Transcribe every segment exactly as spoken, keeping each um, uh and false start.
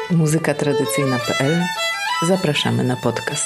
muzyka tradycyjna kropka p l. Zapraszamy na podcast.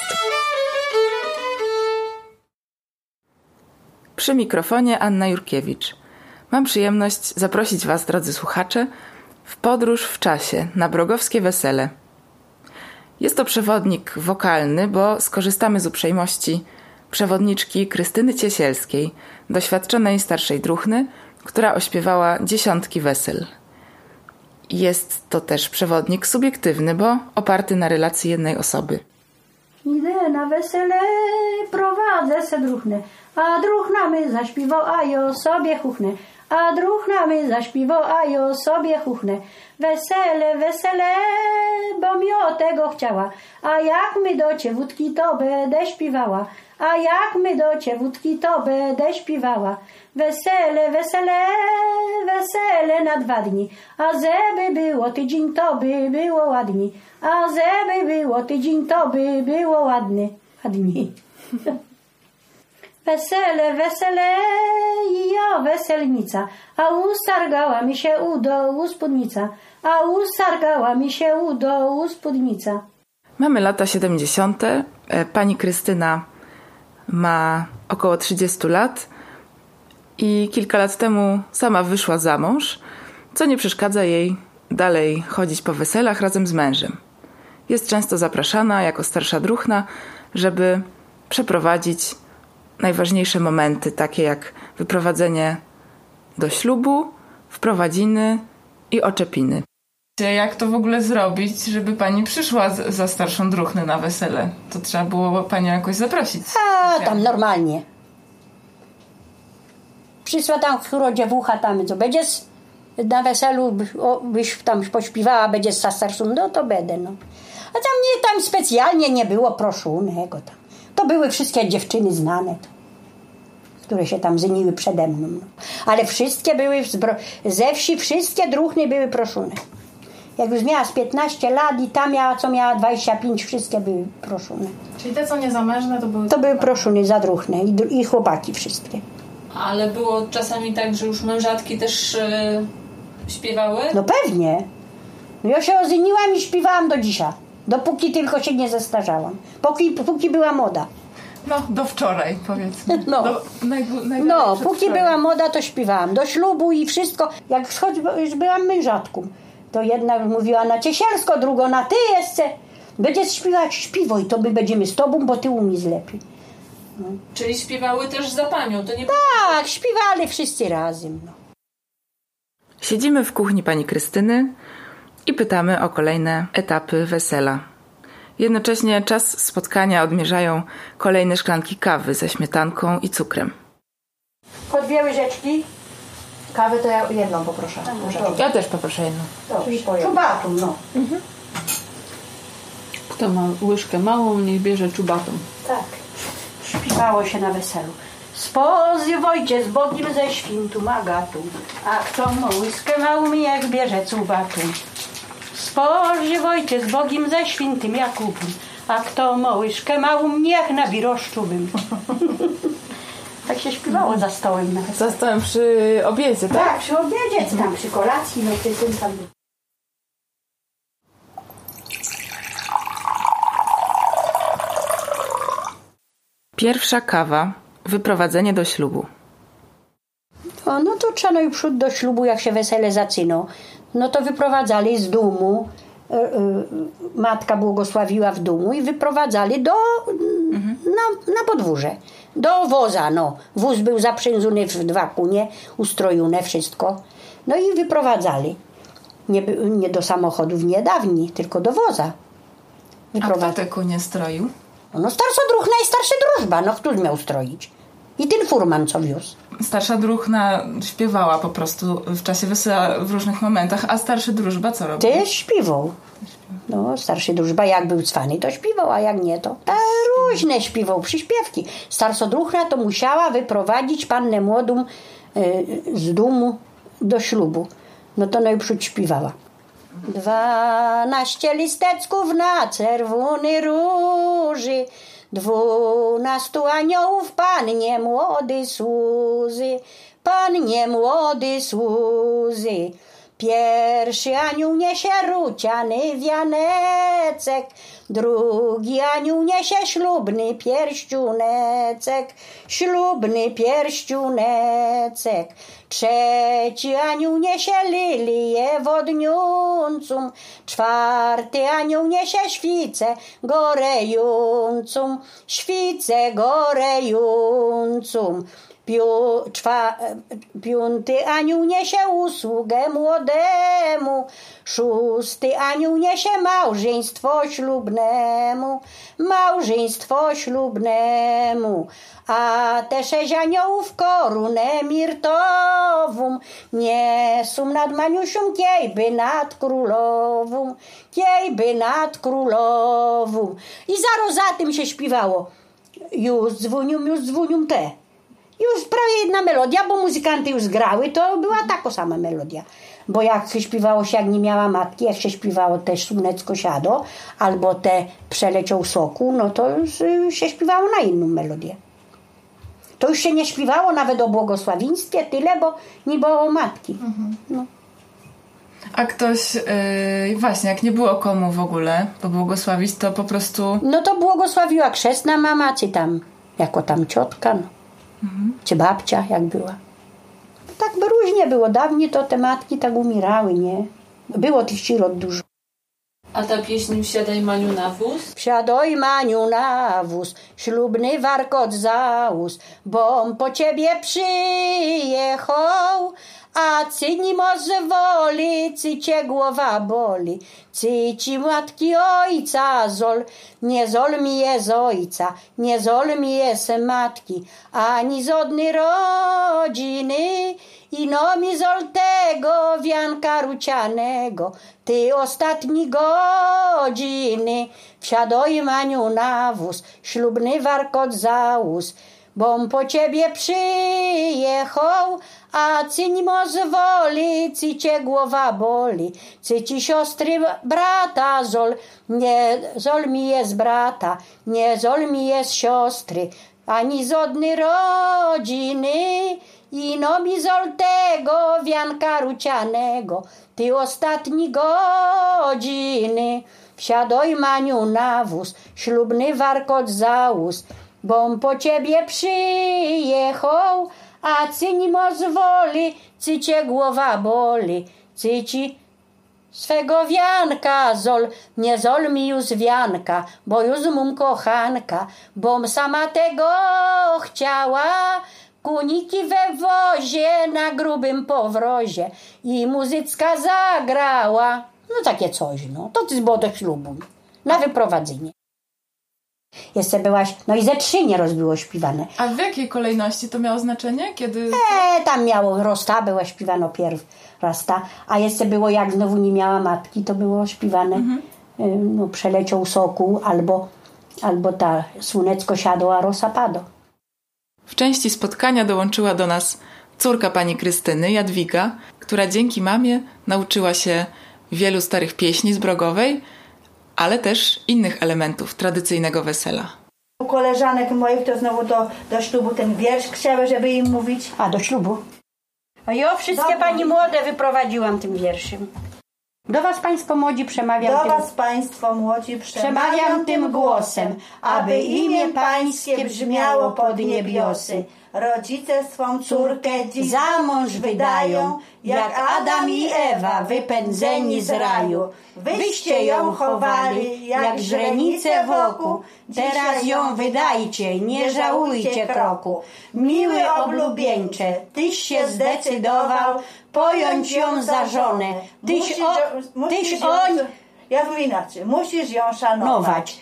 Przy mikrofonie Anna Jurkiewicz. Mam przyjemność zaprosić Was, drodzy słuchacze, w podróż w czasie na brogowskie wesele. Jest to przewodnik wokalny, bo skorzystamy z uprzejmości przewodniczki Krystyny Ciesielskiej, doświadczonej starszej druchny, która ośpiewała dziesiątki wesel. Jest to też przewodnik subiektywny, bo oparty na relacji jednej osoby. Idę na wesele, prowadzę se druchnę, a druchna my zaśpiwał, a jo sobie chuchnę. A druchna my zaśpiwał, a jo sobie chuchnę. Wesele, wesele, bo mi o tego chciała. A jak my do ciewódki, to będę śpiewała. A jak my do ciewódki, to będę śpiewała. Wesele, wesele, wesele na dwa dni. A żeby było tydzień, to by było ładni. A żeby było tydzień, to by było ładny. Ładni. Wesele, wesele, ja weselnica, a ustargała mi się u dołu spódnica, a ustargała mi się u dołu spódnica. Mamy lata siedemdziesiąte. Pani Krystyna ma około trzydzieści lat i kilka lat temu sama wyszła za mąż, co nie przeszkadza jej dalej chodzić po weselach razem z mężem. Jest często zapraszana jako starsza druchna, żeby przeprowadzić najważniejsze momenty, takie jak wyprowadzenie do ślubu, wprowadziny i oczepiny. Jak to w ogóle zrobić, żeby pani przyszła z, za starszą druchnę na wesele? To trzeba było panią jakoś zaprosić. A tam normalnie. Przyszła tam, która dziewucha tam, co będzie na weselu, o, byś tam pośpiewała, będzie za starszą, no to będę, no. A tam nie, tam specjalnie nie było proszonego tam. To były wszystkie dziewczyny znane, które się tam żeniły przede mną. No. Ale wszystkie były, ze wsi wszystkie druchny były proszone. Jak już miała z piętnaście lat i ta miała, co miała dwadzieścia pięć, wszystkie były proszone. Czyli te, co niezamężne, to były... To były proszone za druchne i, i chłopaki wszystkie. Ale było czasami tak, że już mężatki też e, śpiewały? No pewnie. No ja się ożeniłam i śpiewałam do dzisiaj. Dopóki tylko się nie zestarzałam. Póki, póki była moda. No, do wczoraj, powiedzmy. No, do, najgó- najgó- no póki była moda, to śpiewałam. Do ślubu i wszystko. Jak choć już byłam mężatką, to jedna mówiła na Ciesielsko, druga na ty jeszcze. Będziesz śpiewać, śpiewaj, to my będziemy z tobą, bo ty umiesz lepiej. No. Czyli śpiewały też za panią, to nie... Tak, śpiewali wszyscy razem. No. Siedzimy w kuchni pani Krystyny i pytamy o kolejne etapy wesela. Jednocześnie czas spotkania odmierzają kolejne szklanki kawy ze śmietanką i cukrem. Po dwie łyżeczki. Kawy to ja jedną poproszę. Ja też poproszę jedną. Czubatą, no. Mhm. Kto ma łyżkę małą, niech bierze czubatą. Tak. Śpiewało się na weselu. Spozywajcie z Bogiem ze świętą Agatą, a kto ma łyżkę małą, niech bierze czubatą. Spożywajcie z Bogiem ze świętym Jakubem, a kto ma łyżkę małą, niech nabi roszczubym. Tak się śpiewało za stołem. Na za stołem przy obiedzie, tak? Tak, przy obiedzie, tam przy kolacji, no przy tym tam. Pierwsza kawa, wyprowadzenie do ślubu. O, no to trzeba no i przód do ślubu, jak się wesele zaczyno. No to wyprowadzali z domu, y, y, matka błogosławiła w domu i wyprowadzali do, mhm. na, na podwórze, do woza, no. Wóz był zaprzężony w dwa kunie, ustrojone wszystko. No i wyprowadzali. Nie, nie do samochodów niedawni, tylko do woza. Wyprowadz... A kto te kunie stroił? No starsza druchna i starsza drużba, no któż miał stroić? I ten furman, co wiózł. Starsza druchna śpiewała po prostu w czasie wesela w różnych momentach, a starszy drużba co robił? Też śpiewał. No, starszy drużba jak był cwany, to śpiewał, a jak nie, to ta różne śpiewał, przyśpiewki. Starsza druchna to musiała wyprowadzić pannę młodą y, z domu do ślubu. No to najprzód śpiewała. Dwanaście listecków na czerwony róży, dwunastu aniołów pannie młody służy, pannie młody służy. Pierwszy anioł niesie ruciany wianecek, drugi anioł niesie ślubny pierścionecek, ślubny pierścionecek. Trzeci anioł niesie lilię wodniącą, czwarty anioł niesie świcę gorejącą, świcę gorejącą. Piu, czwa, piąty anioł niesie usługę młodemu, szósty anioł niesie małżeństwo ślubnemu, małżeństwo ślubnemu. A te sześć aniołów korunę mirtową niesą nad Maniusią, kiejby nad królową, kiejby nad królową. I zaraz za tym się śpiewało. Już dzwonią, już dzwonią te. Już prawie jedna melodia, bo muzykanty już grały, to była taka sama melodia. Bo jak śpiewało się, jak nie miała matki, jak się śpiewało te Słonecko siado, albo te Przeleciał sokół, no to już się śpiewało na inną melodię. To już się nie śpiewało nawet o błogosławieństwie, tyle, bo nie było o matki. Mhm. No. A ktoś, yy, właśnie, jak nie było komu w ogóle pobłogosławić, to po prostu... No to błogosławiła chrzestna mama, czy tam, jako tam ciotka, no. Mhm. Czy babcia, jak była. Tak by różnie było. Dawniej to te matki tak umierały, nie? Było tych sierot dużo. A ta pieśń Wsiadaj Maniu na wóz? Wsiadaj Maniu na wóz, ślubny warkot załóż, bom po ciebie przyjechał, a cy nie pozwoli, cy cię głowa boli, cy ci matki ojca zol, nie zol mi jest ojca, nie zol mi jest matki, ani z odnej rodziny, i no mi zol tego wianka rucianego, ty ostatni godziny. Wsiadaj Maniu na wóz, ślubny warkot załóż, bom po ciebie przyjechał, a cy nie pozwoli, cy cię głowa boli, cy ci siostry brata zol, nie zol mi jest brata, nie zol mi jest siostry, ani z odnej rodziny, i no mi zol tego wianka rucianego, ty ostatni godziny. Wsiadaj Maniu na wóz, ślubny warkot załóż, bom po ciebie przyjechał, a cy nie pozwoli, cy cię głowa boli, cy ci swego wianka zol, nie zol mi już wianka, bo już mum kochanka, bom sama tego chciała, kuniki we wozie na grubym powrozie i muzycka zagrała. No takie coś, no. To ty było do ślubu, na wyprowadzenie. Jeszcze byłaś, no i ze trzy nie rozbyło śpiewane. A w jakiej kolejności to miało znaczenie? Kiedy... E, tam miało Rosta, była śpiewana pierw Rosta, a jeszcze było jak znowu nie miała matki, to było śpiewane mhm. no, Przeleciał sokół, albo, albo ta Słonecko siadło, a rosa padło. W części spotkania dołączyła do nas córka pani Krystyny, Jadwiga, która dzięki mamie nauczyła się wielu starych pieśni zbrogowej, ale też innych elementów tradycyjnego wesela. U koleżanek moich to znowu do, do ślubu ten wiersz chciały, żeby im mówić. A, do ślubu? A ja wszystkie Dobry. Pani młode wyprowadziłam tym wierszem. Do was państwo młodzi przemawiam Do tym... was państwo młodzi przemawiam, przemawiam tym głosem, aby imię pańskie brzmiało pod niebiosy. Rodzice swą córkę dziś za mąż wydają, jak Adam i Ewa wypędzeni z raju. Wyście ją chowali, jak źrenice wokół, teraz ją wydajcie, nie żałujcie kroku. Miły oblubieńcze, tyś się zdecydował pojąć ją za żonę. Tyś o... Tyś o... Ja mówię inaczej, musisz ją szanować.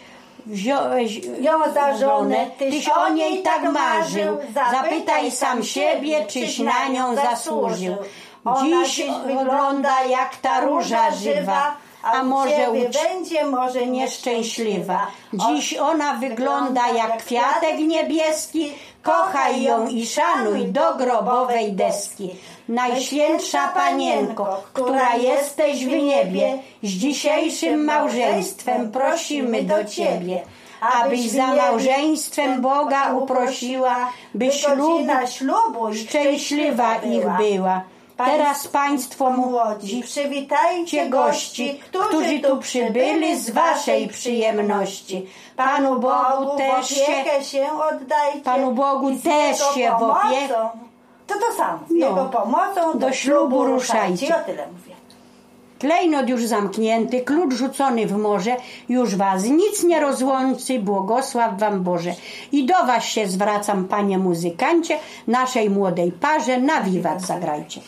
Ją za żonę, tyś o niej tak marzył, zapytaj sam siebie, czyś na nią zasłużył. Dziś wygląda jak ta róża żywa, a może będzie może nieszczęśliwa. Dziś ona wygląda jak kwiatek niebieski, kochaj ją i szanuj do grobowej deski. Najświętsza Panienko, która jesteś w niebie, z dzisiejszym małżeństwem prosimy do Ciebie, abyś za małżeństwem Boga uprosiła, by ślubu szczęśliwa ich była. Teraz państwo młodzi, przywitajcie gości, którzy tu przybyli z waszej przyjemności. Panu Bogu też się, się oddajcie. Panu Bogu też się w opiekę. To to samo, z no, Jego pomocą do, do ślubu ruszajcie. I o tyle mówię. Klejnot już zamknięty, klucz rzucony w morze, już was nic nie rozłączy, błogosław wam Boże. I do was się zwracam, panie muzykancie, naszej młodej parze, na wiwat zagrajcie.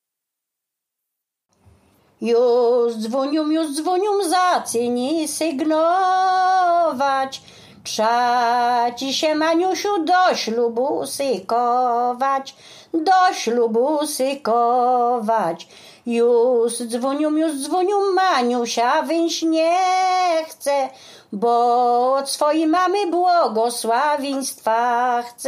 Już dzwonium, już dzwonium, zacyni sygnować. Trza ci się, Maniusiu, do ślubu sykować, do ślubu sykować. Już dzwonium, już dzwonium, Maniusia wyjść nie chce, bo od swojej mamy błogosławieństwa chce,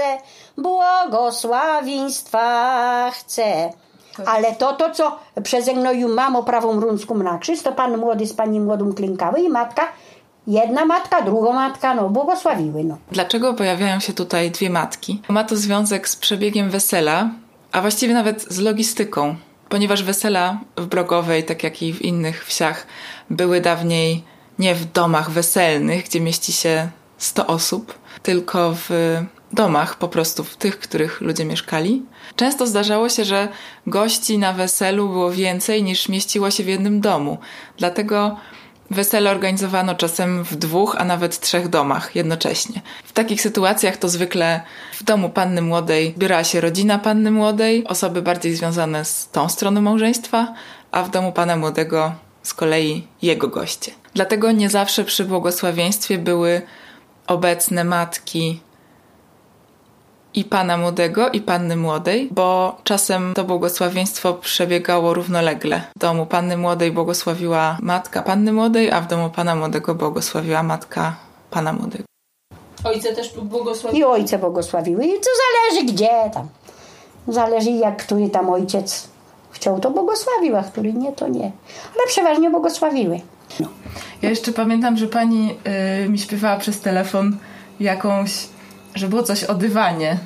błogosławieństwa chce. Ale to, to co przeżegnoju mamo prawą runską na krzyż, to pan młody z pani młodą klękały i matka, jedna matka, druga matka, no błogosławiły. No. Dlaczego pojawiają się tutaj dwie matki? Ma to związek z przebiegiem wesela, a właściwie nawet z logistyką, ponieważ wesela w Brogowej, tak jak i w innych wsiach, były dawniej nie w domach weselnych, gdzie mieści się sto osób, tylko w domach, po prostu w tych, w których ludzie mieszkali. Często zdarzało się, że gości na weselu było więcej niż mieściło się w jednym domu. Dlatego wesele organizowano czasem w dwóch, a nawet trzech domach jednocześnie. W takich sytuacjach to zwykle w domu panny młodej zbierała się rodzina panny młodej, osoby bardziej związane z tą stroną małżeństwa, a w domu pana młodego z kolei jego goście. Dlatego nie zawsze przy błogosławieństwie były obecne matki i pana młodego, i panny młodej, bo czasem to błogosławieństwo przebiegało równolegle. W domu panny młodej błogosławiła matka panny młodej, a w domu pana młodego błogosławiła matka pana młodego. Ojce też błogosławiły? I ojce błogosławiły. I to zależy gdzie tam. Zależy jak który tam ojciec chciał, to błogosławił, a który nie, to nie. Ale przeważnie błogosławiły. No. Ja jeszcze pamiętam, że pani yy, mi śpiewała przez telefon jakąś, że było coś o dywanie.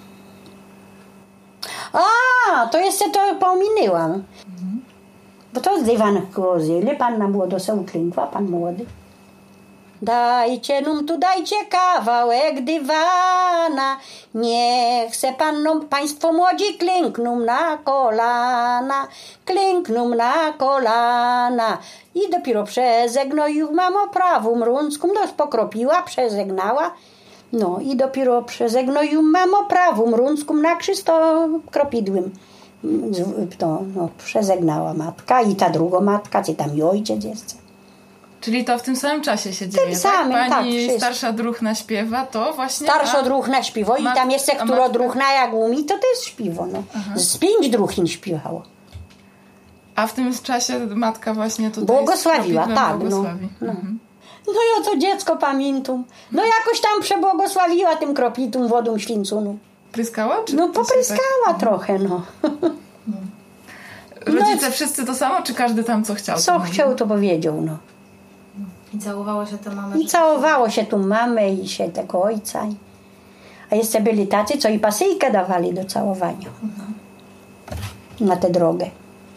A, to jeszcze to pominęłam. Mhm. Bo to z dywan kozyli, panna młodo se uklękła, pan młody. Dajcie num tu, dajcie kawałek dywana, niech se pannom, państwo młodzi klękną na kolana, klękną na kolana. I dopiero przezegnoju mamo prawą runską, no pokropiła, przezegnała. No i dopiero przezegnoju mamo prawą runską na krzyż to kropidłem. To no, przezegnała matka i ta druga matka, czy tam i ojciec jest. Czyli to w tym samym czasie się dzieje, tym samym, tak? Pani tak, starsza druhna śpiewa, to właśnie... Starsza druhna śpiewa i mat... tam jeszcze, która matka... druhna jak umi, to też śpiewa. No. Z pięć druhin śpiewało. A w tym czasie matka właśnie tutaj... Błogosławiła, tak. Błogosławi. No, no. no ja to dziecko pamiętam. No jakoś tam przebłogosławiła tym kroplitą wodą święconą. Pryskała? Czy no popryskała tak... trochę, no. no. Rodzice no, wszyscy to samo, czy każdy tam co chciał? Co chciał, to powiedział, no. I całowało się to mamę. I całowało się tu mamę i się tego ojca. A jeszcze byli tacy, co i pasyjkę dawali do całowania. Mhm. Na tę drogę.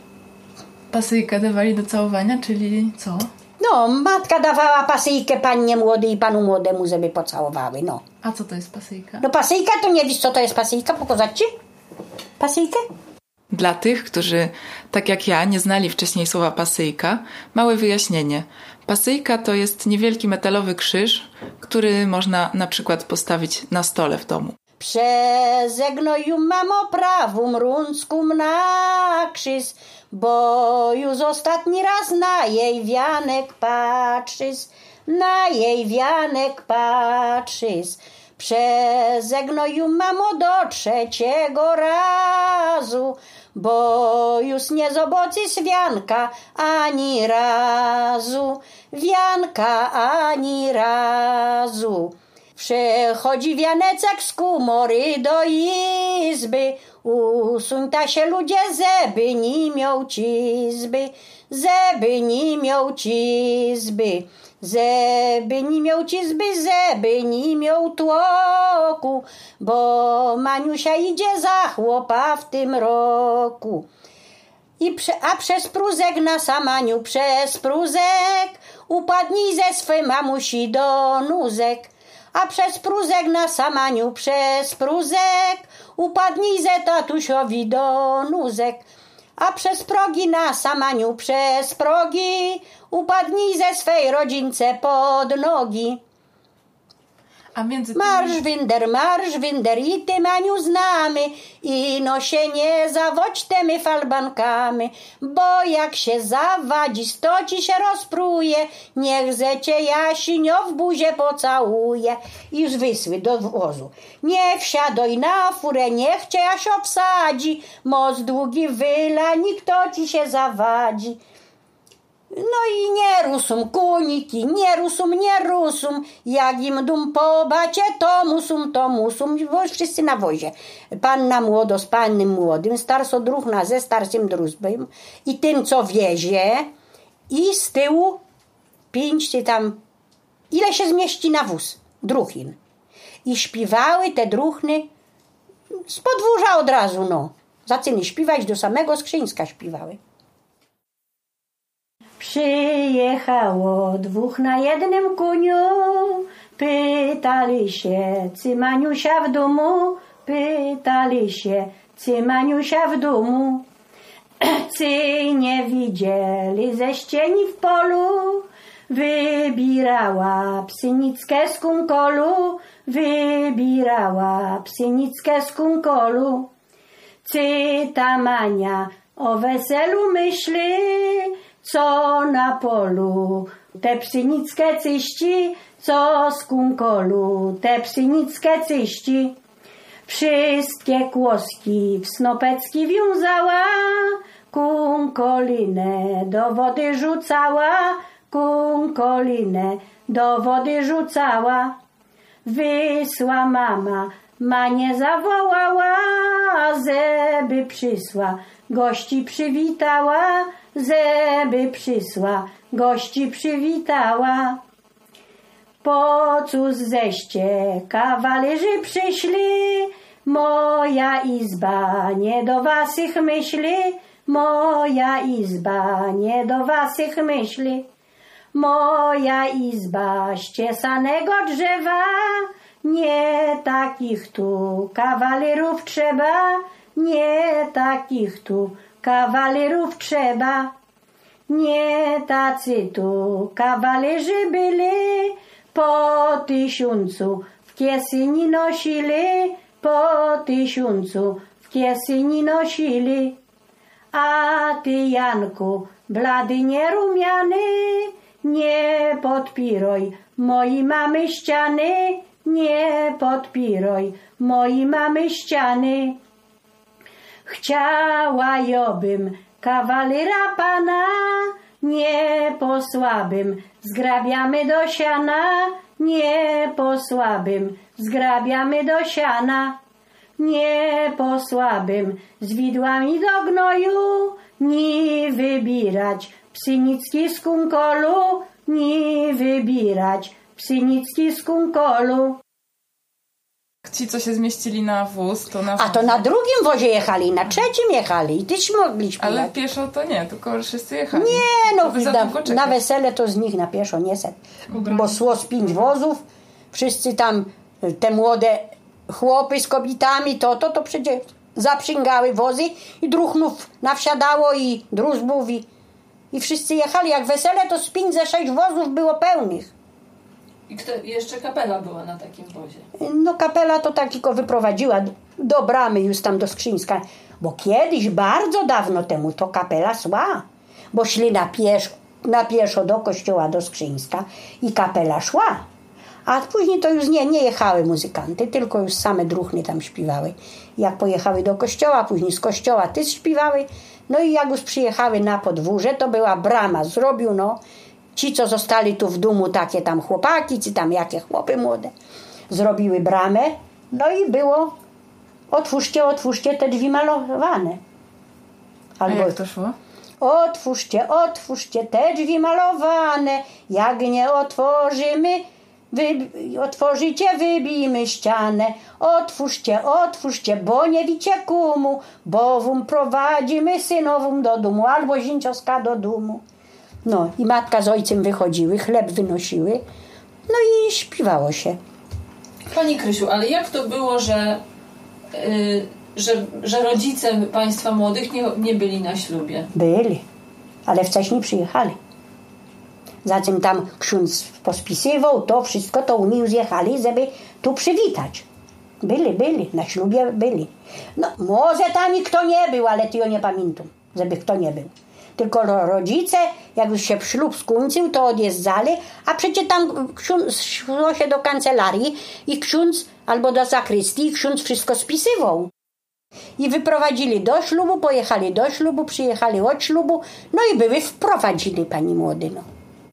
Pasyjkę dawali do całowania, czyli co? No, matka dawała pasyjkę pannie młodej i panu młodemu, żeby pocałowały, no. A co to jest pasyjka? No pasyjka to nie wiesz, co to jest pasyjka? Pokazać ci? Pasyjkę? Dla tych, którzy, tak jak ja, nie znali wcześniej słowa pasyjka, małe wyjaśnienie. Pasyjka to jest niewielki metalowy krzyż, który można na przykład postawić na stole w domu. Przezegnoju mamo prawą runską na krzyż, bo już ostatni raz na jej wianek patrzysz, na jej wianek patrzysz. Przezegnoju mamo do trzeciego razu, bo już nie zobaczysz wianka ani razu, wianka ani razu. Przychodzi wianecek z kumory do izby, usuń ta się ludzie, zeby nie miał cizby, zeby nie miał cizby. Zeby nie miał cizby, zeby nie miał tłoku, bo Maniusia idzie za chłopa w tym roku. I prze, a przez pruzek na samaniu, przez pruzek upadnij ze swej mamusi do nózek. A przez pruzek na samaniu, przez pruzek upadnij ze tatusiowi do nózek. A przez progi na samaniu, przez progi upadnij ze swej rodzince pod nogi. A między tymi... Marsz winder, marsz winder i ty Maniu znamy i no się nie zawodź temi falbankami, bo jak się zawadzi, sto ci się rozpruje, niech zecie Jasinio w buzie pocałuje. I już wysły do wozu. Nie wsiadoj na furę, niech cię Jasio wsadzi, most długi wyla, nikt ci się zawadzi. No i nie rusum kuniki, nie rusum, nie rusum, jak im dum pobacie, to musum, to musum, bo wszyscy na wozie. Panna młodo z pannym młodym, starso druhna ze starszym druzbem i tym, co wiezie, i z tyłu pięć czy tam, ile się zmieści na wóz, druchin. I śpiewały te druchny z podwórza od razu, no. Zaczyny śpiewać, do samego Skrzyńska śpiewały. Przyjechało dwóch na jednym koniu, pytali się, czy Maniusia w domu, pytali się, czy Maniusia w domu, czy nie widzieli ze ścieni w polu, wybierała psynickę z kunkolu, wybierała psynickę z kunkolu, czy ta Mania o weselu myśli, co na polu te psynickie cyści, co z kunkolu te psynickie cyści. Wszystkie kłoski w snopecki wiązała, kunkolinę do wody rzucała, kunkolinę do wody rzucała. Wysła mama, Manię zawołała, żeby przysła, gości przywitała, żeby przysła, gości przywitała. Po cóż zeście kawalerzy przyszli, moja izba nie do wasych myśli, moja izba nie do wasych myśli. Moja izba z ciesanego drzewa, nie takich tu kawalerów trzeba, nie takich tu kawalerów trzeba. Nie tacy tu kawalerzy byli, po tysiącu w kieszeni nosili, po tysiącu w kieszeni nosili. A ty, Janku, blady nierumiany, nie podpiroj mojej mamy ściany, nie podpiroj mojej mamy ściany. Chciała jobym kawalera pana, nie posłabym, zgrabiamy do siana, nie posłabym, zgrabiamy do siana. Nie posłabym, z widłami do gnoju, ni wybierać psynicki z kunkolu, ni wybierać psynicki z kunkolu. Ci, co się zmieścili na wóz, to na... A to na drugim wozie jechali, na trzecim jechali i tyś mogli śpiewać. Ale pieszo to nie, tylko wszyscy jechali. Nie, no na, na wesele to z nich na pieszo nie set. Bo szło z pięć wozów, wszyscy tam, te młode chłopy z kobietami, to, to, to przecież zaprzęgały wozy i druchnów nawsiadało i druzbów i, i wszyscy jechali. Jak wesele, to z pięć, ze sześć wozów było pełnych. I kto, jeszcze kapela była na takim wozie? No kapela to tak tylko wyprowadziła do bramy już tam do Skrzyńska. Bo kiedyś, bardzo dawno temu, to kapela szła. Bo szli na pieszo, na pieszo do kościoła do Skrzyńska i kapela szła. A później to już nie, nie jechały muzykanty, tylko już same druchny tam śpiewały. Jak pojechały do kościoła, później z kościoła też śpiewały. No i jak już przyjechały na podwórze, to była brama, zrobił no. Ci, co zostali tu w domu, takie tam chłopaki, czy tam jakie chłopy młode, zrobiły bramę. No i było, otwórzcie, otwórzcie te drzwi malowane. Albo... A jak to szło? Otwórzcie, otwórzcie te drzwi malowane, jak nie otworzymy, Wy, otworzycie, wybijmy ścianę. Otwórzcie, otwórzcie, bo nie wicie kumu, bowum prowadzimy synowum do domu, albo zięcioska do domu. No i matka z ojcem wychodziły, chleb wynosiły, no i śpiewało się. Pani Krysiu, ale jak to było, że, yy, że, że rodzice państwa młodych nie, nie byli na ślubie? Byli, ale wcześniej przyjechali. Zatem tam ksiądz pospisywał, to wszystko, to oni już jechali, żeby tu przywitać. Byli, byli, na ślubie byli. No, może tam i kto nie był, ale to nie pamiętam, żeby kto nie był. Tylko rodzice, jak już się ślub skończył, to odjeżdżali, a przecież tam ksiądz szło się do kancelarii i ksiądz, albo do zakrystii, i ksiądz wszystko spisywał. I wyprowadzili do ślubu, pojechali do ślubu, przyjechali od ślubu, no i były wprowadzili pani młody, no.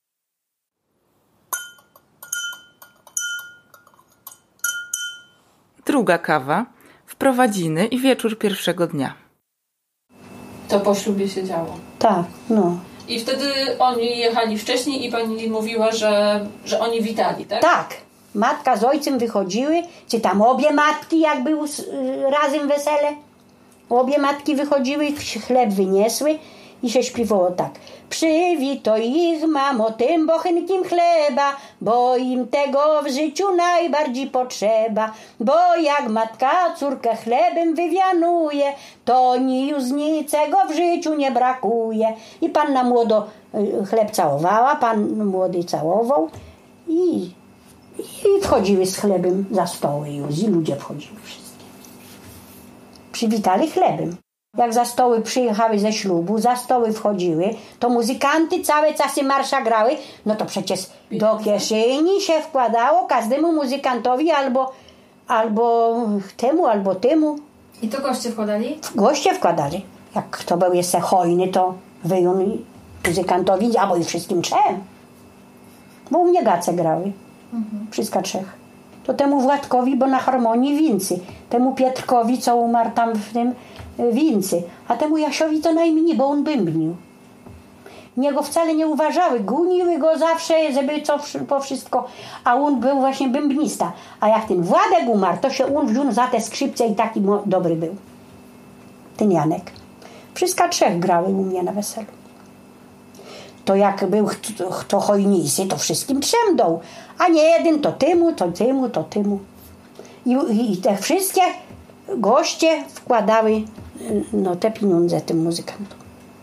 Druga kawa, wprowadziny i wieczór pierwszego dnia. To po ślubie się działo. Tak, no. I wtedy oni jechali wcześniej i pani mówiła, że, że oni witali, tak? Tak. Matka z ojcem wychodziły, czy tam obie matki, jak był razem wesele. Obie matki wychodziły, chleb wyniesły i się śpiewało tak. Przywito ich, mamo, tym bochynkim chleba, bo im tego w życiu najbardziej potrzeba. Bo jak matka córkę chlebem wywianuje, to ni już niczego w życiu nie brakuje. I panna młodo chleb całowała, pan młody całował i, i wchodziły z chlebem za stoły już. I ludzie wchodzili wszystkie. Przywitali chlebem. Jak za stoły przyjechały ze ślubu, za stoły wchodziły, to muzykanty całe czasy marsza grały, no to przecież do kieszeni się wkładało każdemu muzykantowi albo, albo temu, albo temu. I to goście wkładali? Goście wkładali. Jak kto był jeszcze hojny, to wyjął muzykantowi, albo i wszystkim trzem. Bo u mnie gace grały. Mhm. Wszystko trzech. To temu Władkowi, bo na harmonii wincy. Temu Pietrkowi, co umarł tam w tym wincy, a temu Jasiowi to najmniej, bo on bębnił. Niego wcale nie uważały, goniły go zawsze, żeby co po wszystko, a on był właśnie bębnista. A jak ten Władek umarł, to się on wziął za te skrzypce i taki dobry był. Ten Janek. Wszystko trzech grały u mnie na weselu. To jak był kto hojnisy, to wszystkim trzem dał, a nie jeden to temu, to temu, to temu. I, i te wszystkie goście wkładały no, te pieniądze tym muzykantom.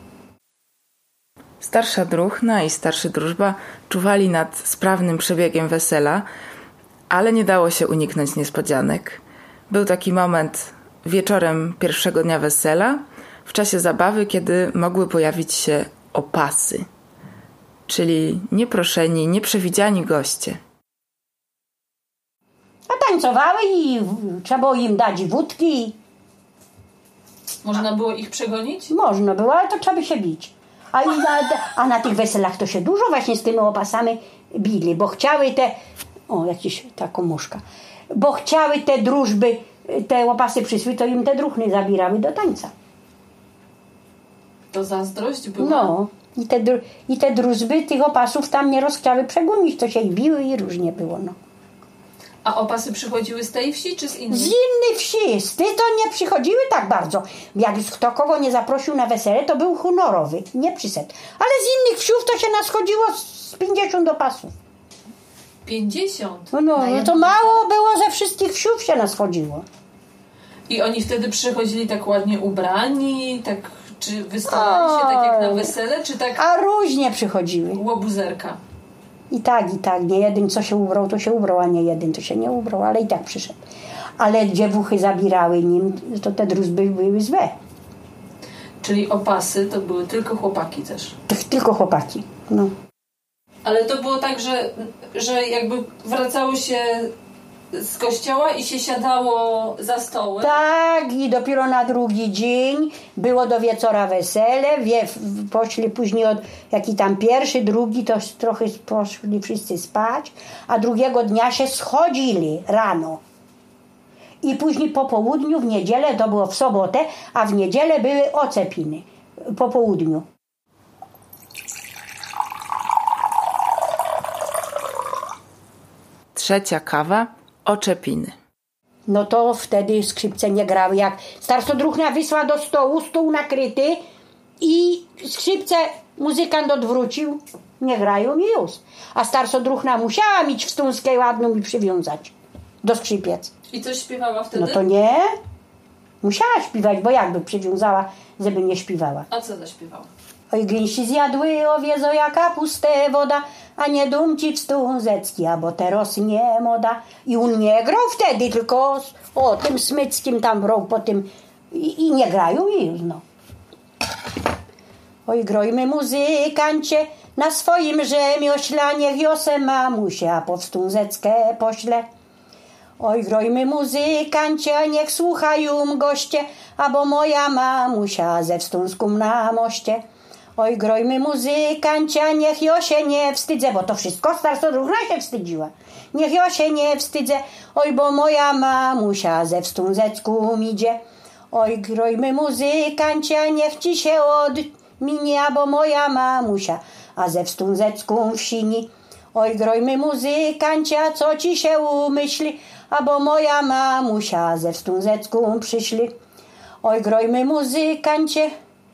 Starsza druhna i starszy drużba czuwali nad sprawnym przebiegiem wesela, ale nie dało się uniknąć niespodzianek. Był taki moment wieczorem pierwszego dnia wesela, w czasie zabawy, kiedy mogły pojawić się opasy, czyli nieproszeni, nieprzewidziani goście. A tańcowały i trzeba było im dać wódki. Można było ich przegonić? Można było, ale to trzeba by się bić. A, i na, a na tych weselach to się dużo właśnie z tymi opasami bili, bo chciały te... O, jakiś ta komuszka. Bo chciały te drużby, te opasy przysły, to im te druhny zabierały do tańca. To zazdrość była? No. I te, i te drużby tych opasów tam nie rozchciały przegonić, to się ich biły i różnie było, no. A opasy przychodziły z tej wsi, czy z innej? Z innej wsi. Z tej to nie przychodziły tak bardzo. Jak kto kogo nie zaprosił na wesele, to był honorowy. Nie przyszedł. Ale z innych wsiów to się nas chodziło z pięćdziesiąt opasów. pięćdziesiąt? No, no, no to mało było, ze wszystkich wsiów się nas chodziło. I oni wtedy przychodzili tak ładnie ubrani, tak, czy wystawali się tak jak na wesele, czy tak... A różnie przychodziły. Łobuzerka. I tak, i tak. Nie jeden, co się ubrał, to się ubrał, a nie jeden, to się nie ubrał, ale i tak przyszedł. Ale dziewuchy zabierały nim, to te drużby były złe. Czyli opasy to były tylko chłopaki też? Tylko chłopaki, no. Ale to było tak, że, że jakby wracało się z kościoła i się siadało za stołem? Tak, i dopiero na drugi dzień było do wieczora wesele, wie, poszli później od jaki tam pierwszy, drugi, to trochę poszli wszyscy spać, a drugiego dnia się schodzili rano. I później po południu, w niedzielę, to było w sobotę, a w niedzielę były ocepiny po południu. Trzecia kawa, oczepiny. No to wtedy skrzypce nie grały. Jak starszodruchna wysła do stołu, stół nakryty i skrzypce muzykant odwrócił, nie grają i już. A starszodruchna musiała mieć wstążkę ładną i przywiązać do skrzypiec. I coś śpiewała wtedy? No to nie. Musiała śpiewać, bo jakby przywiązała, żeby nie śpiewała. A co zaśpiewała? Oj, gęsi zjadły owiezo jaka puste woda, a nie dumci wstązecki, a bo teraz nie moda. I on nie grał wtedy, tylko o tym smyckim tam grał po tym i, i nie grają i już no. Oj, grojmy muzykancie na swoim rzemiośle, niech Jose mamusia po wstązeckę pośle. Oj, grojmy muzykancie, niech słuchają goście, a bo moja mamusia ze wstążką na moście. Oj, grojmy muzykancie, niech ja się nie wstydzę, bo to wszystko starszodruchna się wstydziła. Niech ja się nie wstydzę, oj, bo moja mamusia ze wstążecką idzie. Oj, grojmy muzykancie, niech ci się odminie, a bo moja mamusia, a ze wstążecką wsini. Oj, grojmy muzykancie, co ci się umyśli, a bo moja mamusia ze wstążecką przyszli. Oj, grojmy muzykancie,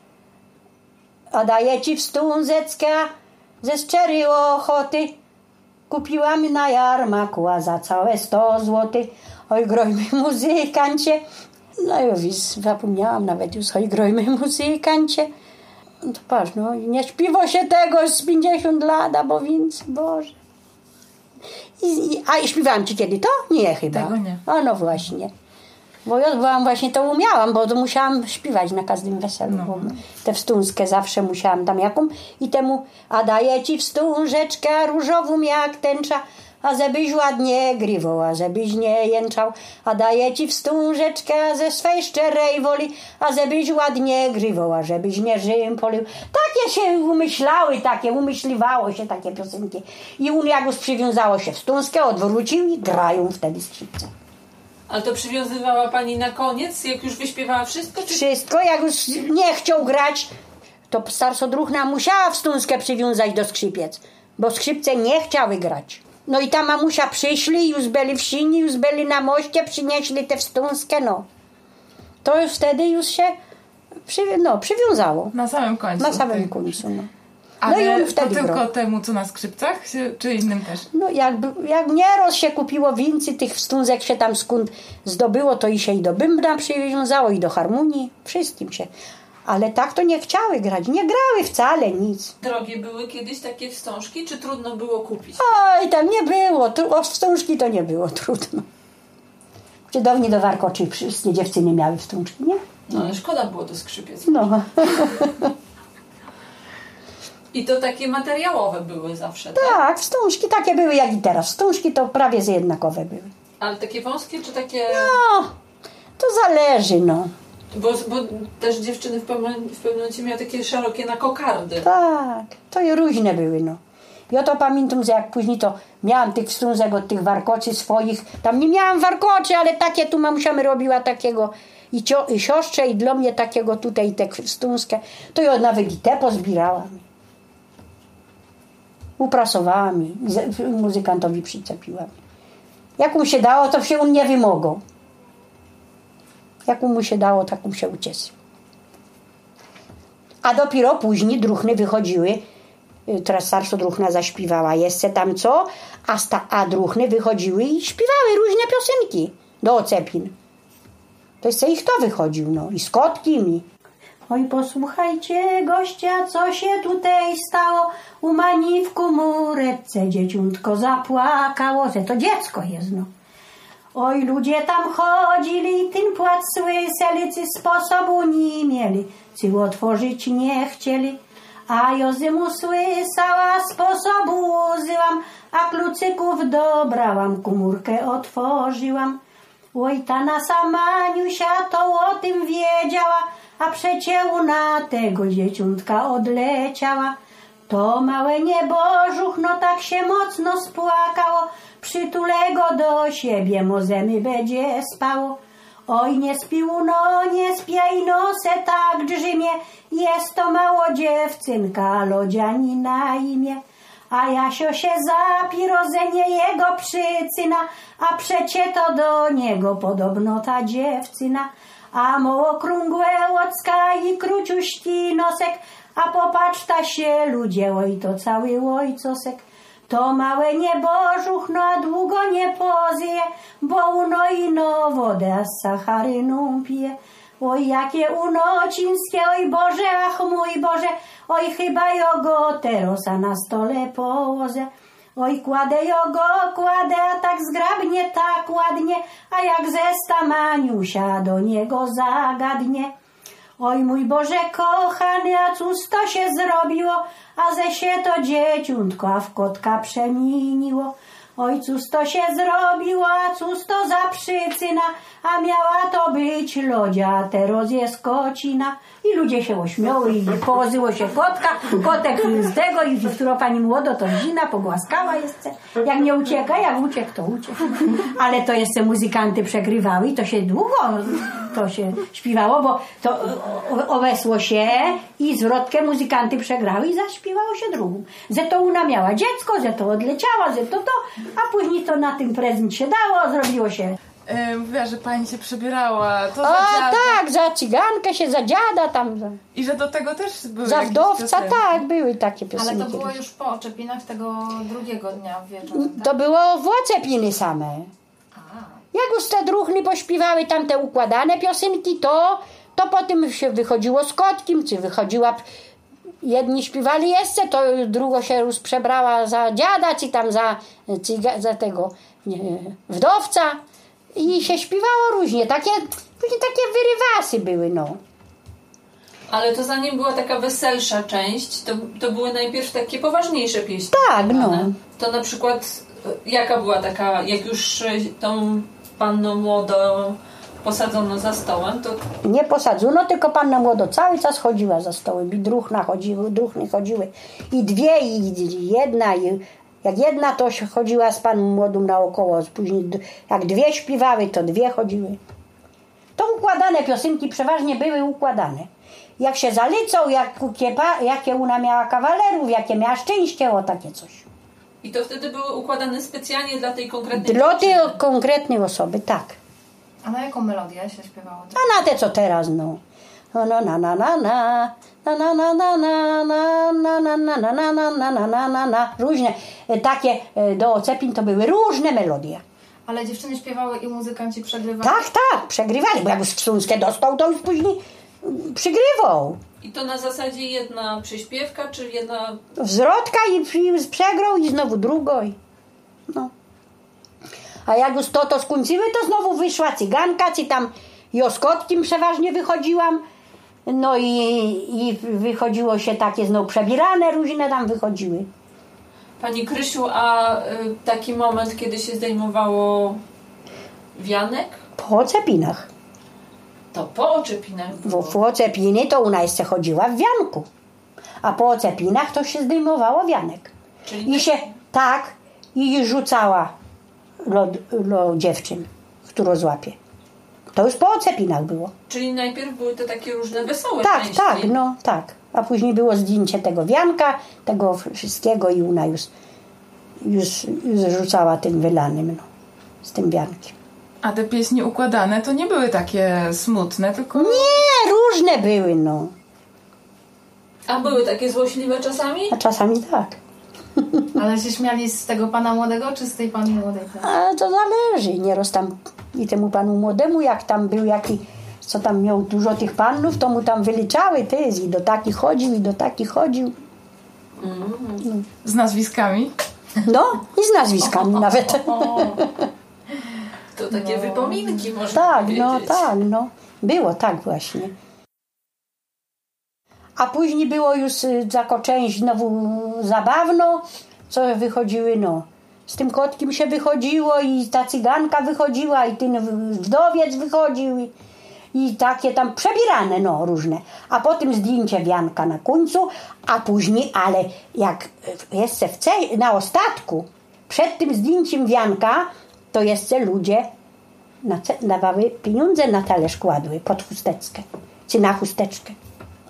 a daję ci wstążeckę ze szczerej ochoty. Kupiłam na jarmaku, a za całe sto złotych. Oj, grojmy muzykancie. No już zapomniałam nawet już, oj, grojmy muzykancie. No to patrz, no nie śpiewa się tego z pięćdziesiąt lat, bo więc, Boże. I, i, a i śpiewałam ci kiedy to? Nie chyba. Tego nie. A no właśnie. Bo ja byłam właśnie, to umiałam, bo to musiałam śpiewać na każdym weselu. No. Bo tę wstążkę zawsze musiałam tam jaką. I temu, a daję ci wstążeczkę różową jak tęcza, a żebyś ładnie grywał, a żebyś nie jęczał. A daję ci wstążeczkę ze swej szczerej woli, a żebyś ładnie grywał, a żebyś nie Rzym polił. Takie się umyślały, takie, umyśliwało się takie piosenki. I on jak już przywiązało się wstążkę, odwrócił i grają wtedy skrzypce. Ale to przywiązywała pani na koniec, jak już wyśpiewała wszystko? Czy... Wszystko, jak już nie chciał grać, to starszodruchna musiała wstążkę przywiązać do skrzypiec, bo skrzypce nie chciały grać. No i ta mamusia przyszli, już byli w sini, już byli na moście, przynieśli tę wstążkę, no. To już wtedy już się przy, no, przywiązało. Na samym końcu. Na samym końcu, no. Ale no i on to wtedy tylko grał. temu, co na skrzypcach, czy innym też? No jak, jak nieraz się kupiło więcej tych wstążek się tam skąd zdobyło, to i się i do bębna przywiązało, i do harmonii, wszystkim się. Ale tak to nie chciały grać, nie grały wcale nic. Drogie były kiedyś takie wstążki, czy trudno było kupić? Oj, tam nie było, o wstążki to nie było trudno. Cudownie do warkoczy wszystkie dziewczyny miały wstążki, nie? No ale szkoda było do skrzypiec. No. I to takie materiałowe były zawsze, tak? Tak, wstążki takie były jak i teraz. Wstążki to prawie że jednakowe były. Ale takie wąskie, czy takie... No, to zależy, no. Bo, bo też dziewczyny w pewnym, w pewnym momencie miały takie szerokie na kokardy. Tak, to i różne były, no. Ja to pamiętam, że jak później to miałam tych wstążek od tych warkoczy swoich. Tam nie miałam warkoczy, ale takie tu mamusia mi robiła takiego i, cio, i siostrze i dla mnie takiego tutaj tę wstążkę. To ja nawet i te pozbierałam. Uprasowałam i muzykantowi przyczepiłam. Jak mu się dało, to się on nie wymogał. Jak mu się dało, tak mu się ucieszył. A dopiero później druchny wychodziły. Teraz starszodruchna zaśpiewała jeszcze tam co, a, sta, a druchny wychodziły i śpiewały różne piosenki do ocepin. To jeszcze ich to wychodził, no. I z kotkiem i... Oj, posłuchajcie, gościa, co się tutaj stało. U Mani w komórce dzieciątko zapłakało, że to dziecko jest, no. Oj, ludzie tam chodzili, ten płacz słyszeli, czy sposobu nie mieli, czy otworzyć nie chcieli. A Jozymu słyszała, sposobu użyłam, a kluczyków dobrałam, komórkę otworzyłam. Oj, ta nasza Maniusia to o tym wiedziała, a przecie ona tego dzieciątka odleciała. To małe niebożuch, no tak się mocno spłakało, przytulę go do siebie, możemy będzie spało. Oj, nie spił, no nie spiaj, no se tak drzymie, jest to mało dziewczynka, lodziani na imię. A Jasio się zapi, rodzenie jego przycyna, a przecie to do niego podobno ta dziewczyna. A mało krągłe łocka i króciuśki nosek, a popatrz ta się ludzie, oj to cały ojcosek. To małe niebożuch, no a długo nie pozje, bo uno ino wodę z sacharyną pije. Oj jakie uno cińskie, oj Boże, ach mój Boże, oj chyba jogo terosa na stole połozę. Oj kładę jogo, kładę, a tak zgrabnie, tak ładnie, a jak zesta Maniusia do niego zagadnie. Oj mój Boże kochany, a cóż to się zrobiło, a ze się to dzieciątko, a w kotka przemieniło. Oj cóż to się zrobiło, a cóż to za przycyna, a miała to być lodzia, a teraz jest kocina. I ludzie się ośmiały i położyło się kotka, kotek z tego i która pani młodo to zina, pogłaskała jeszcze. Jak nie ucieka, jak uciekł, to uciekł. Ale to jeszcze muzykanty przegrywały i to się długo to się śpiewało, bo to owesło się i zwrotkę muzykanty przegrały i zaśpiewało się drugą. Że to ona miała dziecko, że to odleciała, że to to, a później to na tym prezent się dało, zrobiło się. Yy, mówiła, że pani się przebierała. To A za dziada. tak, za cygankę się, za dziada tam. Za, I że do tego też były za jakieś wdowca, piosenki. tak, były takie piosenki. Ale to było już po oczepinach tego drugiego dnia wieczorem, tak? To było w ocepiny same. A, Jak już te druchny pośpiewały tam te układane piosenki, to, to potem się wychodziło z kotkiem, czy wychodziła... Jedni śpiewali jeszcze, to drugo się już przebrała za dziada, czy tam za, cyga, za tego nie, wdowca. I się śpiewało różnie. Takie, później takie wyrywasy były, no. Ale to zanim była taka weselsza część, to, to były najpierw takie poważniejsze pieśni. Tak, no. To na przykład, jaka była taka, jak już tą panną młodą posadzono za stołem, to... Nie posadzono, tylko panna młodo cały czas chodziła za stołem. I druhna chodziły, druhny chodziły. I dwie, i jedna, i jak jedna to chodziła z panną młodą naokoło. Później jak dwie śpiewały, to dwie chodziły. To układane piosenki przeważnie były układane. Jak się zalicą, jak, jakie ona miała kawalerów, jakie miała szczęście, o takie coś. I to wtedy były układane specjalnie dla tej konkretnej Dla tej dziewczyny. konkretnej osoby, tak. a na jaką melodię się śpiewało? A na te co teraz, no. No, no, na, na, na, na. Na, na, na, na, na, na, na, na, na, na, na, na, na, na, na, na. Różne takie do ocepin to były różne melodie. Ale dziewczyny śpiewały i muzykanci przegrywali? Tak, tak, przegrywali, bo jak już wstrząskę dostał, to już później przygrywał. I to na zasadzie jedna przyśpiewka, czy jedna... Zwrotka i przegrał i znowu drugo. I, no. A jak już to, to skończyły, to znowu wyszła cyganka, czy tam joskotkim przeważnie wychodziłam. No i, i wychodziło się takie znowu przebierane, różne tam wychodziły. Pani Krysiu, a y, taki moment, kiedy się zdejmowało wianek? Po ocepinach. To po oczepinach było. W, w ocepiny to ona jeszcze chodziła w wianku. A po ocepinach to się zdejmowało wianek. Czyli I się tak i rzucała do, do dziewczyn, którą złapie. To już po ocepinach było. Czyli najpierw były to takie różne wesołe Tak, części. tak, no tak. A później było zdjęcie tego wianka, tego wszystkiego i ona już, już, już rzucała tym wylanym, no, z tym wiankiem. A te pieśni układane to nie były takie smutne, tylko... Nie, różne były, no. A były takie złośliwe czasami? A czasami tak. Ale się śmiali z tego pana młodego, czy z tej pani młodej? A to zależy. Nieraz tam i temu panu młodemu, jak tam był jaki, co tam miał dużo tych panów, to mu tam wyliczały ty i do takich chodził, i do takich chodził. Mm. Z nazwiskami? No, i z nazwiskami nawet. To takie no. wypominki, można Tak, powiedzieć. no tak, no. Było tak właśnie. A później było już y, jako część znowu zabawno, co wychodziły, no. Z tym kotkiem się wychodziło i ta cyganka wychodziła i ten wdowiec wychodził i, i takie tam przebierane, no, różne. A potem zdjęcie wianka na końcu, a później, ale jak jeszcze w ce- na ostatku, przed tym zdjęciem wianka, to jeszcze ludzie na ce- dawały pieniądze na talerz kładły pod chusteczkę, czy na chusteczkę.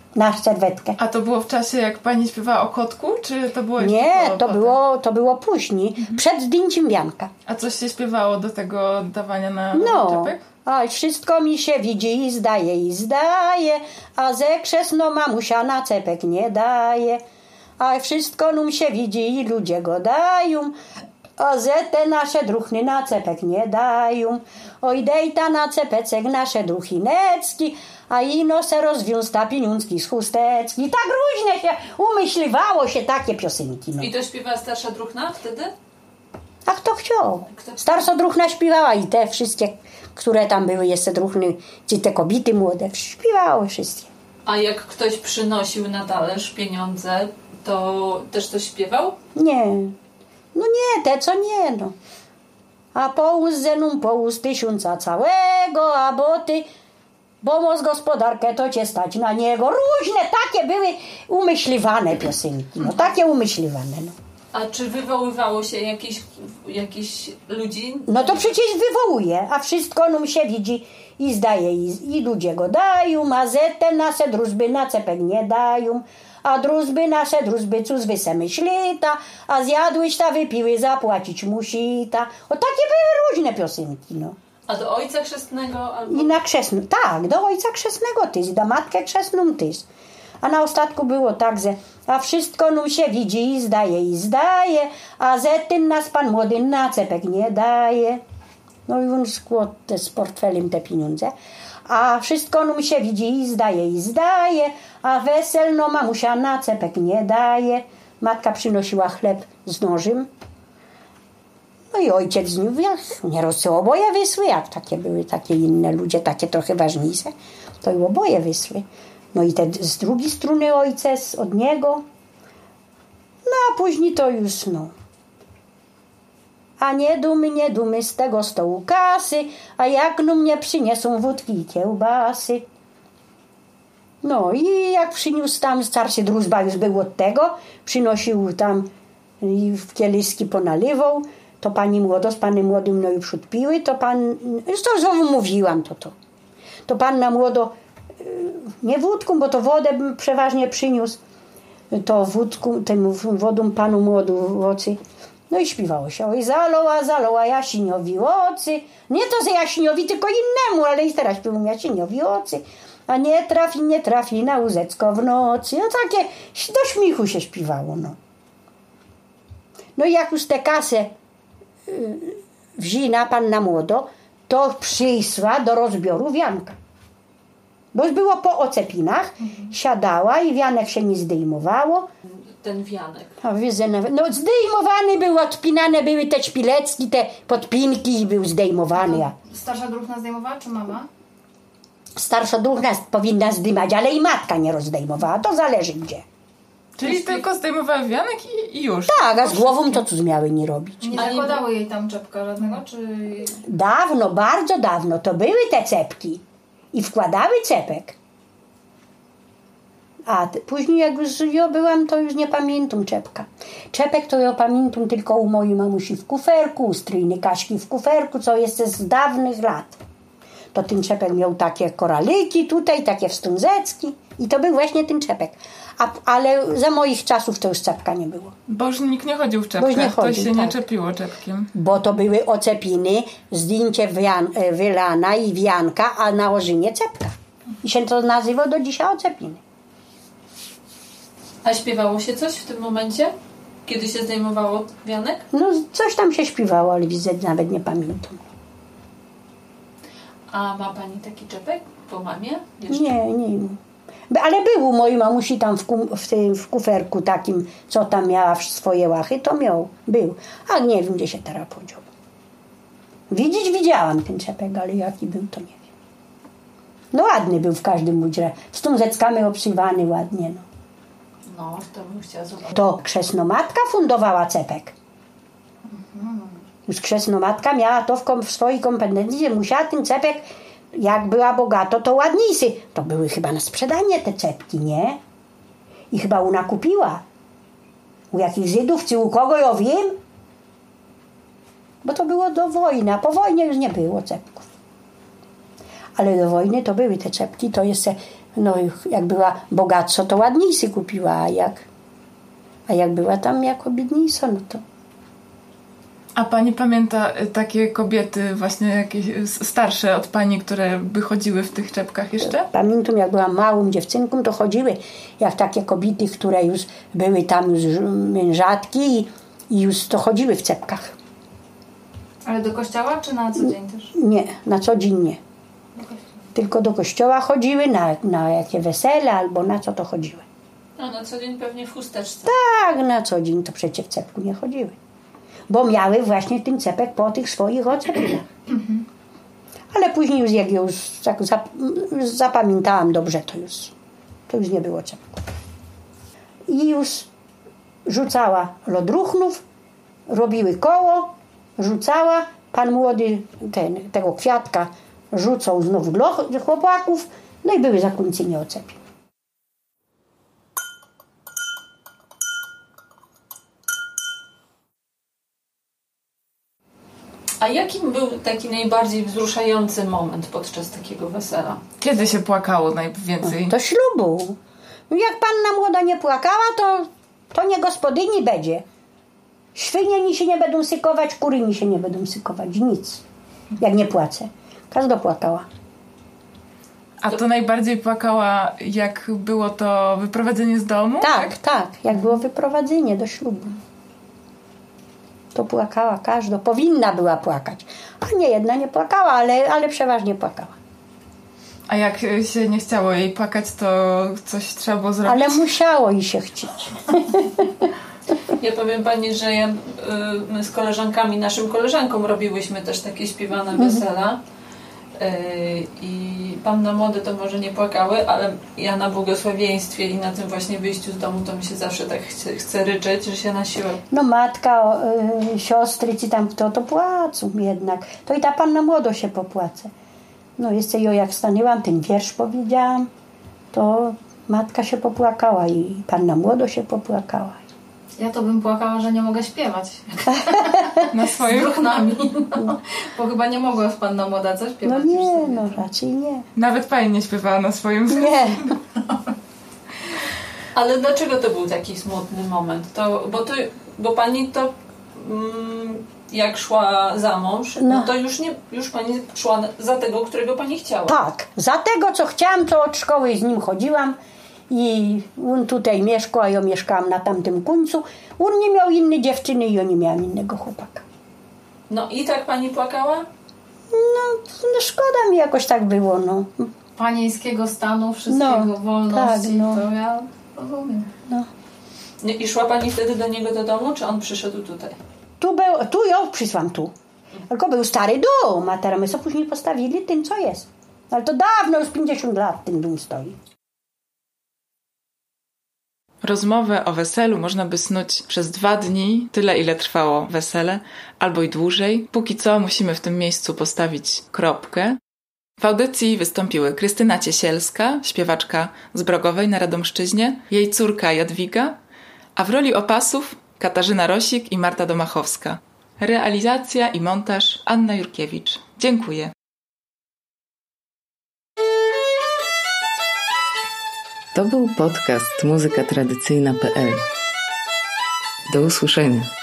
na serwetkę. A to było w czasie, jak pani śpiewała o kotku, czy to było jeszcze Nie, po- to potem? było, to było później, Mhm. przed zdjęciem wianka. A coś się śpiewało do tego dawania na No, czepek? a wszystko mi się widzi i zdaje, i zdaje, a ze krzesno mamusia na cepek nie daje. A wszystko num się widzi i ludzie go dają, a ze te nasze druchny na cepek nie dają. Oj dej ta na cepecek nasze druchinecki, a ino se rozwiąz ta pieniądzki z chustecki. Tak różne się umyśliwało się takie piosenki. No. I to śpiewała starsza druhna wtedy? A kto chciał? Kto- Starsza druhna śpiewała i te wszystkie, które tam były jeszcze druhny, czy te kobiety młode, śpiewały wszystkie. A jak ktoś przynosił na talerz pieniądze, to też coś śpiewał? Nie, no nie, te co nie, no. A połóż zenum, połóż tysiąca całego, a bo ty pomoc gospodarkę, to cię stać na niego. Różne takie były umyśliwane piosenki, no takie umyśliwane, no. A czy wywoływało się jakiś, jakiś ludzi? No to przecież wywołuje, a wszystko num się widzi i zdaje, i, i ludzie go dają, a ze te nasze drużby na cepek nie dają, a drużby nasze drużby cóż wy se myślita, a zjadłyś ta wypiły, zapłacić musita. O takie były różne piosenki, no. A do ojca chrzestnego? Albo... I na krzesną, tak, do ojca krzesnego tyś, do matkę krzesną tyś. A na ostatku było tak, że a wszystko num się widzi i zdaje, i zdaje, a ze tym nas pan młody na cepek nie daje. No i on składł te z portfelem te pieniądze. A wszystko num się widzi i zdaje, i zdaje, a weselno mamusia na cepek nie daje. Matka przynosiła chleb z nożem. No i ojciec z nią, jak nieraz to oboje wysły, jak takie były takie inne ludzie, takie trochę ważniejsze, to i oboje wysły. No i te z drugiej strony ojciec od niego. No a później to już no. A nie dumy, nie dumy z tego stołu kasy, a jak no mnie przyniosą wódki i kiełbasy. No i jak przyniósł tam starszy drużba już był od tego, przynosił tam i w kieliszki ponaliwał, to pani młodo z panem młodym no i przód piły, to pan, już to znowu mówiłam to to. To pan na młodo nie wódką, bo to wodę przeważnie przyniósł, to wódką, tym wodą panu młodu w oczy. No i śpiewało się, oj zaloła, zaloła Jasiniowi ocy. Nie to, że Jasiniowi, tylko innemu, ale i teraz śpiewam Jasiniowi ocy. A nie trafi, nie trafi na łzecko w nocy. No takie, do śmiechu się śpiewało, no. No i jak już tę kasę yy, wzina pan na młodo, to przyszła do rozbioru wianka. Bo już było po ocepinach, mhm. siadała i wianek się nie zdejmowało. Ten wianek. A wiedzę, no zdejmowany był, odpinane były te szpilecki, te podpinki i był zdejmowany. A Starsza druhna zdejmowała, czy mama? starsza druhna powinna zdymać, ale i matka nie rozdejmowała, to zależy gdzie. Czyli tylko zdejmowała wianek i, i już? Tak, a z głową to cóż miały nie robić. Nie zakładały jej tam czepka żadnego, czy... Dawno, bardzo dawno to były te cepki i wkładały cepek. A t- później jak już ja byłam, to już nie pamiętam czepka. Czepek to ja pamiętam tylko u mojej mamusi w kuferku, u stryjny Kaśki w kuferku, co jest z dawnych lat. To ten czepek miał takie koraliki tutaj, takie wstążeczki i to był właśnie ten czepek. A, ale za moich czasów to już czepka nie było. Bo już nikt nie chodził w Bo już nie czepkach, to chodził, się nie tak. czepiło czepkiem. Bo to były ocepiny, zdjęcie wian, wylana i wianka, a nałożenie czepka. I się to nazywa do dzisiaj ocepiny. A śpiewało się coś w tym momencie? Kiedy się zdejmowało wianek? No coś tam się śpiewało, ale widzę, nawet nie pamiętam. A ma pani taki czepek po mamie? Jeszcze? Nie, nie mam. Ale był u mojej mamusi tam w, kum, w, tym, w kuferku takim, co tam miała swoje łachy, to miał, był. A nie wiem, gdzie się teraz podział. Widzieć widziałam ten czepek, ale jaki był, to nie wiem. No ładny był w każdym razie. Z tą zeckami obsywany ładnie, no. No, to bym chciała zobaczyć. To krzesnomatka fundowała cepek. Już krzesnomatka miała to w, kom, w swojej kompetencji, że musiała ten cepek, jak była bogato, to ładniejszy. To były chyba na sprzedanie te cepki, nie? I chyba ona kupiła. U jakich Żydów, czy u kogo, ja wiem. Bo to było do wojny, a po wojnie już nie było cepków. Ale do wojny to były te czepki, to jeszcze No jak była bogatso, to ładniejszy kupiła, a jak, a jak była tam jako biedniejsza, no to... A pani pamięta takie kobiety właśnie jakieś starsze od pani, które by chodziły w tych czepkach jeszcze? Pamiętam, jak byłam małą dziewczynką, to chodziły jak takie kobiety, które już były tam już mężatki i, i już to chodziły w czepkach. Ale do kościoła czy na co dzień też? Nie, na co dzień nie. Tylko do kościoła chodziły, na, na jakie wesele albo na co to chodziły. No na co dzień pewnie w chusteczce. Tak, na co dzień to przecież w cepku nie chodziły. Bo miały właśnie ten cepek po tych swoich ocepkach. Ale później już jak już tak zap, zapamiętałam dobrze, to już, to już nie było cepku. I już rzucała lodruchnów, robiły koło, rzucała, pan młody ten, tego kwiatka rzucał znowu dla chłopaków, no i były zakończenie ocepi. A jakim był taki najbardziej wzruszający moment podczas takiego wesela? Kiedy się płakało najwięcej? Do ślubu. Jak panna młoda nie płakała, to, to nie gospodyni będzie. Świnie ni się nie będą sykować, kury ni się nie będą sykować. Nic. Jak nie płacę. Każda płakała. A to najbardziej płakała, jak było to wyprowadzenie z domu? Tak, tak. Jak było wyprowadzenie do ślubu. To płakała każda. Powinna była płakać. A nie jedna nie płakała, ale, ale przeważnie płakała. A jak się nie chciało jej płakać, to coś trzeba było zrobić? Ale musiało jej się chcieć. Ja powiem pani, że ja, my z koleżankami, naszym koleżankom robiłyśmy też takie śpiewane wesela. I panna młode to może nie płakały, ale ja na błogosławieństwie i na tym właśnie wyjściu z domu to mi się zawsze tak chce, chce ryczeć, że się na siłę... No matka, y, siostry ci tam kto, to płacą jednak. To i ta panna młodo się popłace. No jeszcze ją jak stanęłam, ten wiersz powiedziałam, to matka się popłakała i panna młodo się popłakała. Ja to bym płakała, że nie mogę śpiewać. Na swoim? Z druchnami. No. Bo chyba nie mogła panna młoda co śpiewać. No nie, no raczej nie. Nawet pani nie śpiewała na swoim? Nie. Ale dlaczego to był taki smutny moment? To, bo, to, bo pani to mm, jak szła za mąż, no. no to już, nie, już pani szła za tego, którego pani chciała. Tak, za tego co chciałam, to od szkoły z nim chodziłam. I on tutaj mieszkał, a ja mieszkałam na tamtym końcu. On nie miał innej dziewczyny i ja nie miałam innego chłopaka. No i tak pani płakała? No, no szkoda mi jakoś tak było, no. Panieńskiego stanu, wszystkiego, no, wolności, tak, no. to ja rozumiem. No. I szła pani wtedy do niego do domu, czy on przyszedł tutaj? Tu był, tu ja przyszłam tu. Tylko był stary dom, a teraz my sobie później postawili tym, co jest. Ale to dawno, już pięćdziesiąt lat ten dom stoi. Rozmowę o weselu można by snuć przez dwa dni, tyle ile trwało wesele, albo i dłużej. Póki co musimy w tym miejscu postawić kropkę. W audycji wystąpiły Krystyna Ciesielska, śpiewaczka z Brogowej na Radomszczyźnie, jej córka Jadwiga, a w roli opasów Katarzyna Rosik i Marta Domachowska. Realizacja i montaż Anna Jurkiewicz. Dziękuję. To był podcast muzyka tradycyjna kropka pe el. Do usłyszenia.